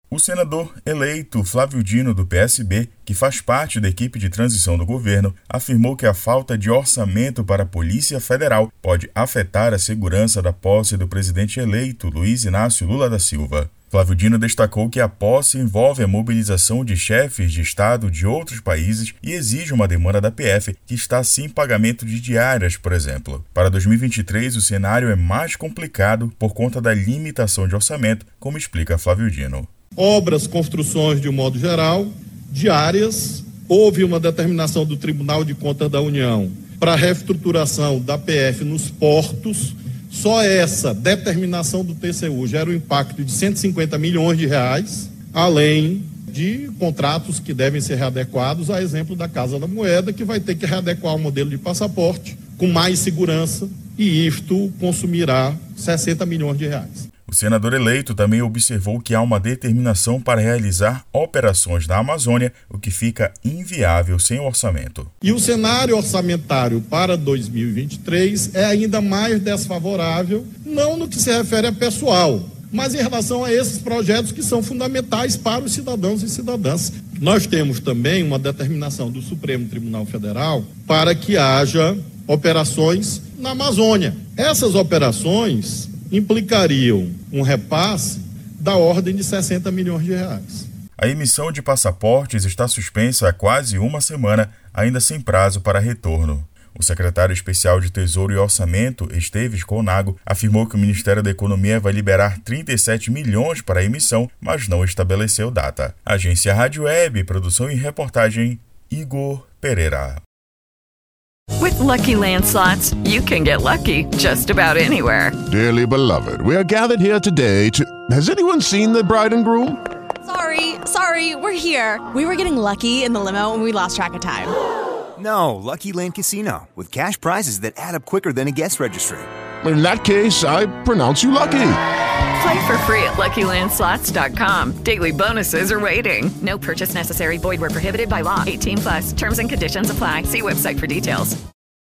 O senador eleito Flávio Dino, do PSB, que faz parte da equipe de transição do governo, afirmou que a falta de orçamento para a Polícia Federal pode afetar a segurança da posse do presidente eleito Luiz Inácio Lula da Silva. Flávio Dino destacou que a posse envolve a mobilização de chefes de Estado de outros países e exige uma demanda da PF, que está sem pagamento de diárias, por exemplo. Para 2023, o cenário é mais complicado por conta da limitação de orçamento, como explica Flávio Dino. Obras, construções de um modo geral, diárias. Houve uma determinação do Tribunal de Contas da União para a reestruturação da PF nos portos. Só essa determinação do TCU gera um impacto de 150 milhões de reais, além de contratos que devem ser readequados, a exemplo da Casa da Moeda, que vai ter que readequar o modelo de passaporte com mais segurança, e isto consumirá 60 milhões de reais. O senador eleito também observou que há uma determinação para realizar operações na Amazônia, o que fica inviável sem orçamento. E o cenário orçamentário para 2023 é ainda mais desfavorável, não no que se refere a pessoal, mas em relação a esses projetos que são fundamentais para os cidadãos e cidadãs. Nós temos também uma determinação do Supremo Tribunal Federal para que haja operações na Amazônia. Essas operações implicariam um repasse da ordem de 60 milhões de reais. A emissão de passaportes está suspensa há quase uma semana, ainda sem prazo para retorno. O secretário especial de Tesouro e Orçamento, Esteves Colnago, afirmou que o Ministério da Economia vai liberar 37 milhões para a emissão, mas não estabeleceu data. Agência Rádio Web, produção e reportagem, Igor Pereira. With Lucky Land Slots, you can get lucky just about anywhere. Dearly beloved, we are gathered here today to... Has anyone seen the bride and groom? Sorry, we're here. We were getting lucky in the limo and we lost track of time. No, Lucky Land Casino, with cash prizes that add up quicker than a guest registry. In that case, I pronounce you lucky. Play for free at LuckyLandSlots.com. Daily bonuses are waiting. No purchase necessary. Void where prohibited by law. 18+. Terms and conditions apply. See website for details.